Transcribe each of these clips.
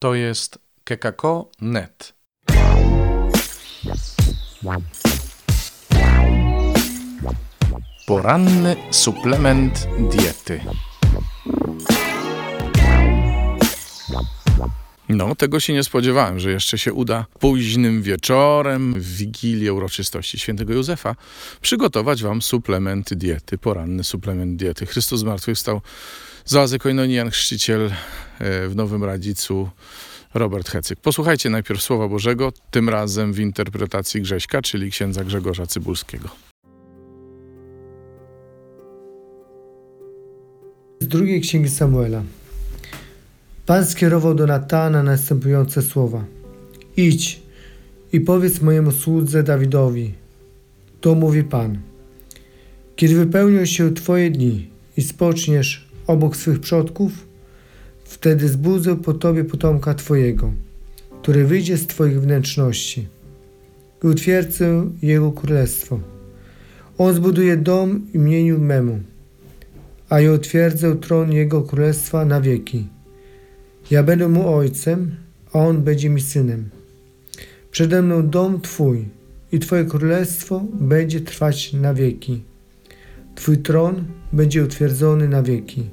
To jest kekako.net. Poranny suplement diety. No, tego się nie spodziewałem, że jeszcze się uda późnym wieczorem, w Wigilię uroczystości świętego Józefa, przygotować wam suplement diety, poranny suplement diety. Chrystus zmartwychwstał z oazy Koinonii, Jan Chrzciciel w Nowym Radzicu, Robert Hecyk. Posłuchajcie najpierw Słowa Bożego, tym razem w interpretacji Grześka, czyli księdza Grzegorza Cybulskiego. Z drugiej księgi Samuela. Pan skierował do Natana następujące słowa. Idź i powiedz mojemu słudze Dawidowi. To mówi Pan. Kiedy wypełnią się Twoje dni i spoczniesz obok swych przodków, wtedy zbudzę po Tobie potomka Twojego, który wyjdzie z Twoich wnętrzności i utwierdzę Jego królestwo. On zbuduje dom imieniu memu, a ja utwierdzę tron Jego królestwa na wieki. Ja będę mu ojcem, a on będzie mi synem. Przede mną dom Twój i Twoje królestwo będzie trwać na wieki. Twój tron będzie utwierdzony na wieki.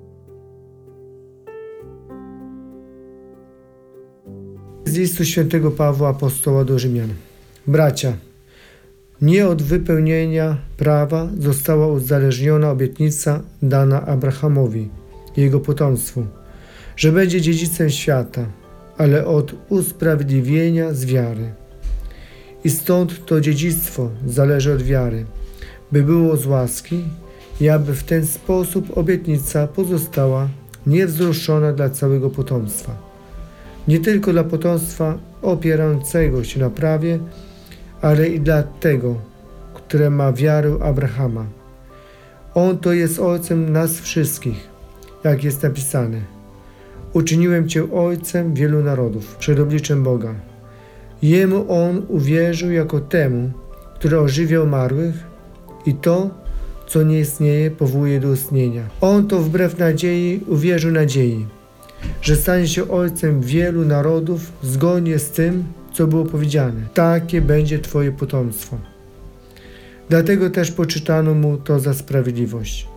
Z listu świętego Pawła apostoła do Rzymian. Bracia, nie od wypełnienia prawa została uzależniona obietnica dana Abrahamowi i jego potomstwu, że będzie dziedzicem świata, ale od usprawiedliwienia z wiary. I stąd to dziedzictwo zależy od wiary, by było z łaski i aby w ten sposób obietnica pozostała niewzruszona dla całego potomstwa. Nie tylko dla potomstwa opierającego się na prawie, ale i dla tego, które ma wiarę Abrahama. On to jest ojcem nas wszystkich, jak jest napisane. Uczyniłem Cię ojcem wielu narodów przed obliczem Boga. Jemu on uwierzył jako temu, który ożywia umarłych i to, co nie istnieje, powołuje do istnienia. On to wbrew nadziei uwierzył nadziei, że stanie się ojcem wielu narodów zgodnie z tym, co było powiedziane. Takie będzie Twoje potomstwo. Dlatego też poczytano mu to za sprawiedliwość.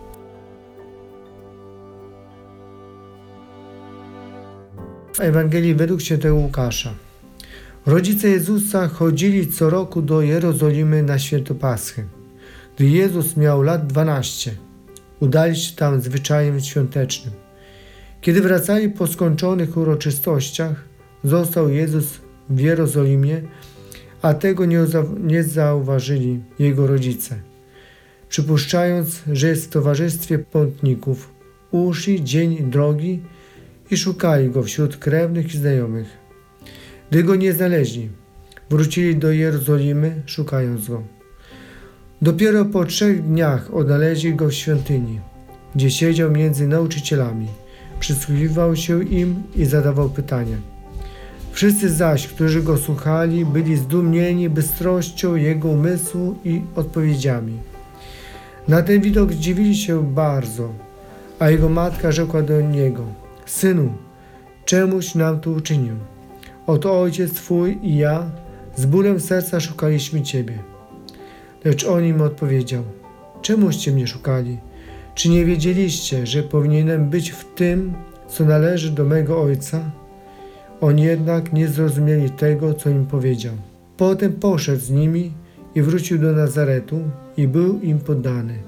W Ewangelii według świętego Łukasza. Rodzice Jezusa chodzili co roku do Jerozolimy na święto Paschy. Gdy Jezus miał lat 12, udali się tam zwyczajem świątecznym. Kiedy wracali po skończonych uroczystościach, został Jezus w Jerozolimie, a tego nie zauważyli jego rodzice. Przypuszczając, że jest w towarzystwie pątników, uszli dzień drogi i szukali go wśród krewnych i znajomych. Gdy go nie znaleźli, wrócili do Jerozolimy, szukając go. Dopiero po 3 dniach odnaleźli go w świątyni, gdzie siedział między nauczycielami, przysłuchiwał się im i zadawał pytania. Wszyscy zaś, którzy go słuchali, byli zdumieni bystrością jego umysłu i odpowiedziami. Na ten widok zdziwili się bardzo, a jego matka rzekła do niego: Synu, czemuś nam to uczynił? Oto ojciec Twój i ja z bólem serca szukaliśmy Ciebie. Lecz on im odpowiedział: Czemuście mnie szukali? Czy nie wiedzieliście, że powinienem być w tym, co należy do mego ojca? Oni jednak nie zrozumieli tego, co im powiedział. Potem poszedł z nimi i wrócił do Nazaretu i był im poddany.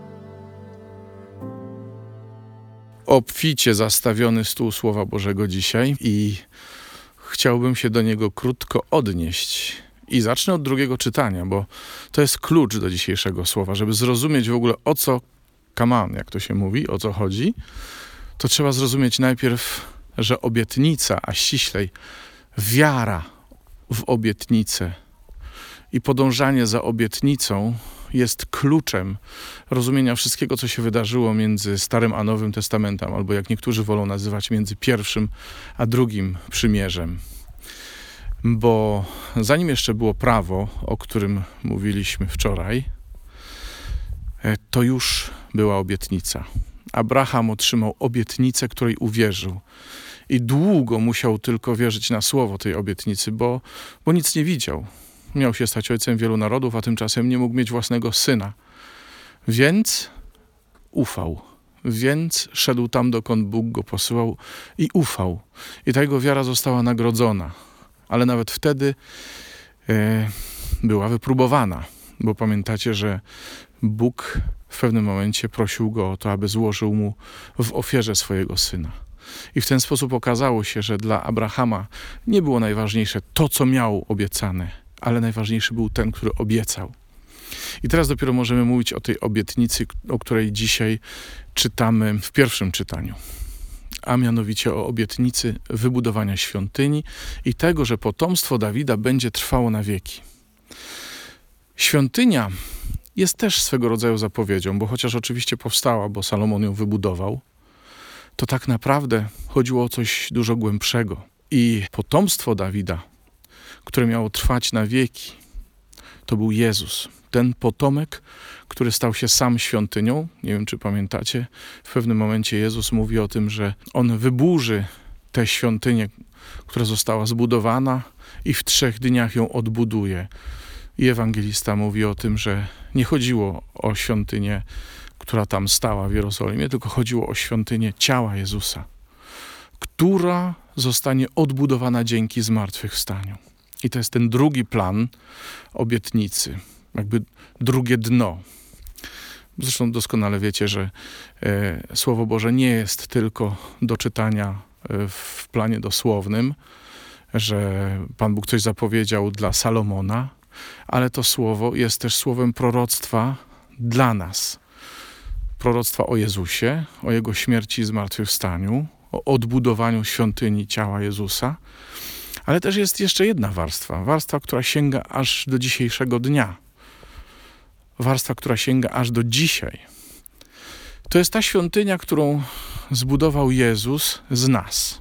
Obficie zastawiony stół Słowa Bożego dzisiaj i chciałbym się do niego krótko odnieść. I zacznę od drugiego czytania, bo to jest klucz do dzisiejszego słowa. Żeby zrozumieć w ogóle o co jak to się mówi, o co chodzi, to trzeba zrozumieć najpierw, że obietnica, a ściślej wiara w obietnicę i podążanie za obietnicą jest kluczem rozumienia wszystkiego, co się wydarzyło między Starym a Nowym Testamentem, albo jak niektórzy wolą nazywać, między pierwszym a drugim przymierzem. Bo zanim jeszcze było prawo, o którym mówiliśmy wczoraj, to już była obietnica. Abraham otrzymał obietnicę, której uwierzył. I długo musiał tylko wierzyć na słowo tej obietnicy, bo nic nie widział. Miał się stać ojcem wielu narodów, a tymczasem nie mógł mieć własnego syna. Więc ufał. Więc szedł tam, dokąd Bóg go posyłał i ufał. I ta jego wiara została nagrodzona. Ale nawet wtedy była wypróbowana. Bo pamiętacie, że Bóg w pewnym momencie prosił go o to, aby złożył mu w ofierze swojego syna. I w ten sposób okazało się, że dla Abrahama nie było najważniejsze to, co miał obiecane, ale najważniejszy był ten, który obiecał. I teraz dopiero możemy mówić o tej obietnicy, o której dzisiaj czytamy w pierwszym czytaniu. A mianowicie o obietnicy wybudowania świątyni i tego, że potomstwo Dawida będzie trwało na wieki. Świątynia jest też swego rodzaju zapowiedzią, bo chociaż oczywiście powstała, bo Salomon ją wybudował, to tak naprawdę chodziło o coś dużo głębszego. I potomstwo Dawida, które miało trwać na wieki, to był Jezus. Ten potomek, który stał się sam świątynią. Nie wiem, czy pamiętacie, w pewnym momencie Jezus mówi o tym, że On wyburzy tę świątynię, która została zbudowana i w 3 dniach ją odbuduje. I ewangelista mówi o tym, że nie chodziło o świątynię, która tam stała w Jerozolimie, tylko chodziło o świątynię ciała Jezusa, która zostanie odbudowana dzięki zmartwychwstaniu. I to jest ten drugi plan obietnicy, jakby drugie dno. Zresztą doskonale wiecie, że Słowo Boże nie jest tylko do czytania w planie dosłownym, że Pan Bóg coś zapowiedział dla Salomona, ale to słowo jest też słowem proroctwa dla nas. Proroctwa o Jezusie, o Jego śmierci i zmartwychwstaniu, o odbudowaniu świątyni ciała Jezusa. Ale też jest jeszcze jedna warstwa, która sięga aż do dzisiejszego dnia. Warstwa, która sięga aż do dzisiaj. To jest ta świątynia, którą zbudował Jezus z nas.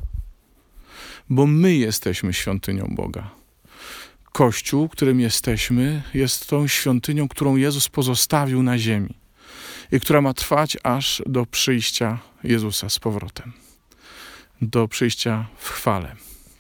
Bo my jesteśmy świątynią Boga. Kościół, którym jesteśmy, jest tą świątynią, którą Jezus pozostawił na ziemi i która ma trwać aż do przyjścia Jezusa z powrotem. Do przyjścia w chwale.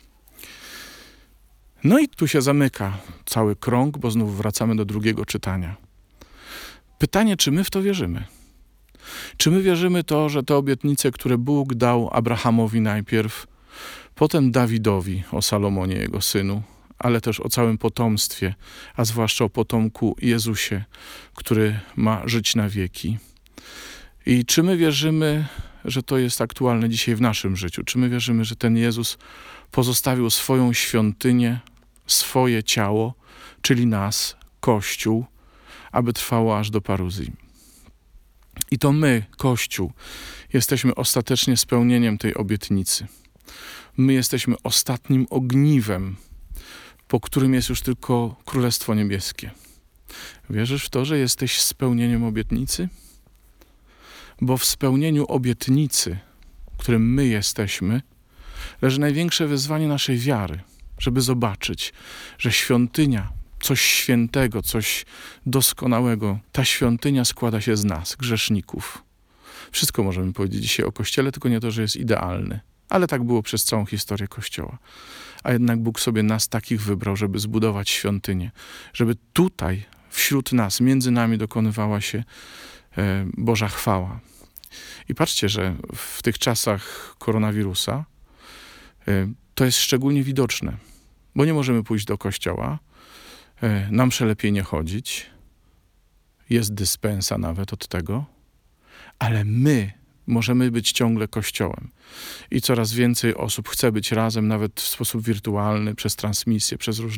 No i tu się zamyka cały krąg, bo znów wracamy do drugiego czytania. Pytanie, czy my w to wierzymy? Czy my wierzymy to, że te obietnice, które Bóg dał Abrahamowi najpierw, potem Dawidowi o Salomonie, jego synu, ale też o całym potomstwie, a zwłaszcza o potomku Jezusie, który ma żyć na wieki. I czy my wierzymy, że to jest aktualne dzisiaj w naszym życiu? Czy my wierzymy, że ten Jezus pozostawił swoją świątynię, swoje ciało, czyli nas, Kościół, aby trwało aż do paruzji? I to my, Kościół, jesteśmy ostatecznie spełnieniem tej obietnicy. My jesteśmy ostatnim ogniwem, po którym jest już tylko Królestwo Niebieskie. Wierzysz w to, że jesteś spełnieniem obietnicy? Bo w spełnieniu obietnicy, którym my jesteśmy, leży największe wyzwanie naszej wiary, żeby zobaczyć, że świątynia, coś świętego, coś doskonałego, ta świątynia składa się z nas, grzeszników. Wszystko możemy powiedzieć dzisiaj o Kościele, tylko nie to, że jest idealny. Ale tak było przez całą historię Kościoła. A jednak Bóg sobie nas takich wybrał, żeby zbudować świątynię. Żeby tutaj, wśród nas, między nami dokonywała się Boża chwała. I patrzcie, że w tych czasach koronawirusa to jest szczególnie widoczne. Bo nie możemy pójść do kościoła, na mszę lepiej nie chodzić, jest dyspensa nawet od tego, ale my możemy być ciągle Kościołem. I coraz więcej osób chce być razem, nawet w sposób wirtualny, przez transmisję,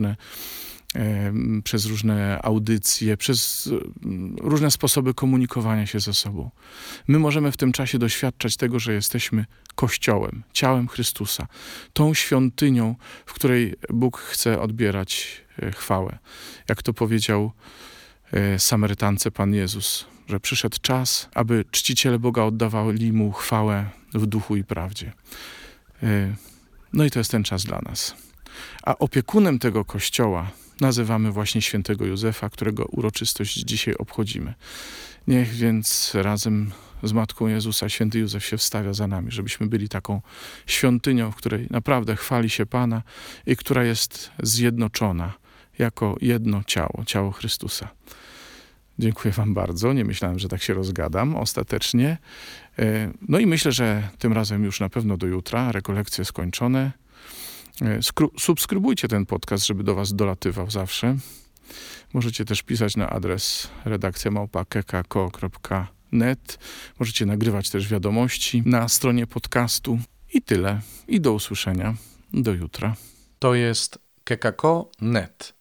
przez różne audycje, przez różne sposoby komunikowania się ze sobą. My możemy w tym czasie doświadczać tego, że jesteśmy Kościołem, ciałem Chrystusa, tą świątynią, w której Bóg chce odbierać chwałę. Jak to powiedział Samarytance Pan Jezus, że przyszedł czas, aby czciciele Boga oddawali Mu chwałę w duchu i prawdzie. No i to jest ten czas dla nas. A opiekunem tego Kościoła nazywamy właśnie świętego Józefa, którego uroczystość dzisiaj obchodzimy. Niech więc razem z Matką Jezusa święty Józef się wstawia za nami, żebyśmy byli taką świątynią, w której naprawdę chwali się Pana i która jest zjednoczona jako jedno ciało Chrystusa. Dziękuję wam bardzo. Nie myślałem, że tak się rozgadam ostatecznie. No i myślę, że tym razem już na pewno do jutra. Rekolekcje skończone. Subskrybujcie ten podcast, żeby do was dolatywał zawsze. Możecie też pisać na adres redakcja@kekako.net. Możecie nagrywać też wiadomości na stronie podcastu. I tyle. I do usłyszenia. Do jutra. To jest kekako.net.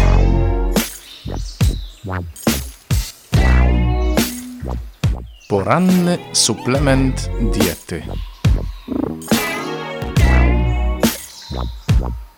Poranny suplement diety.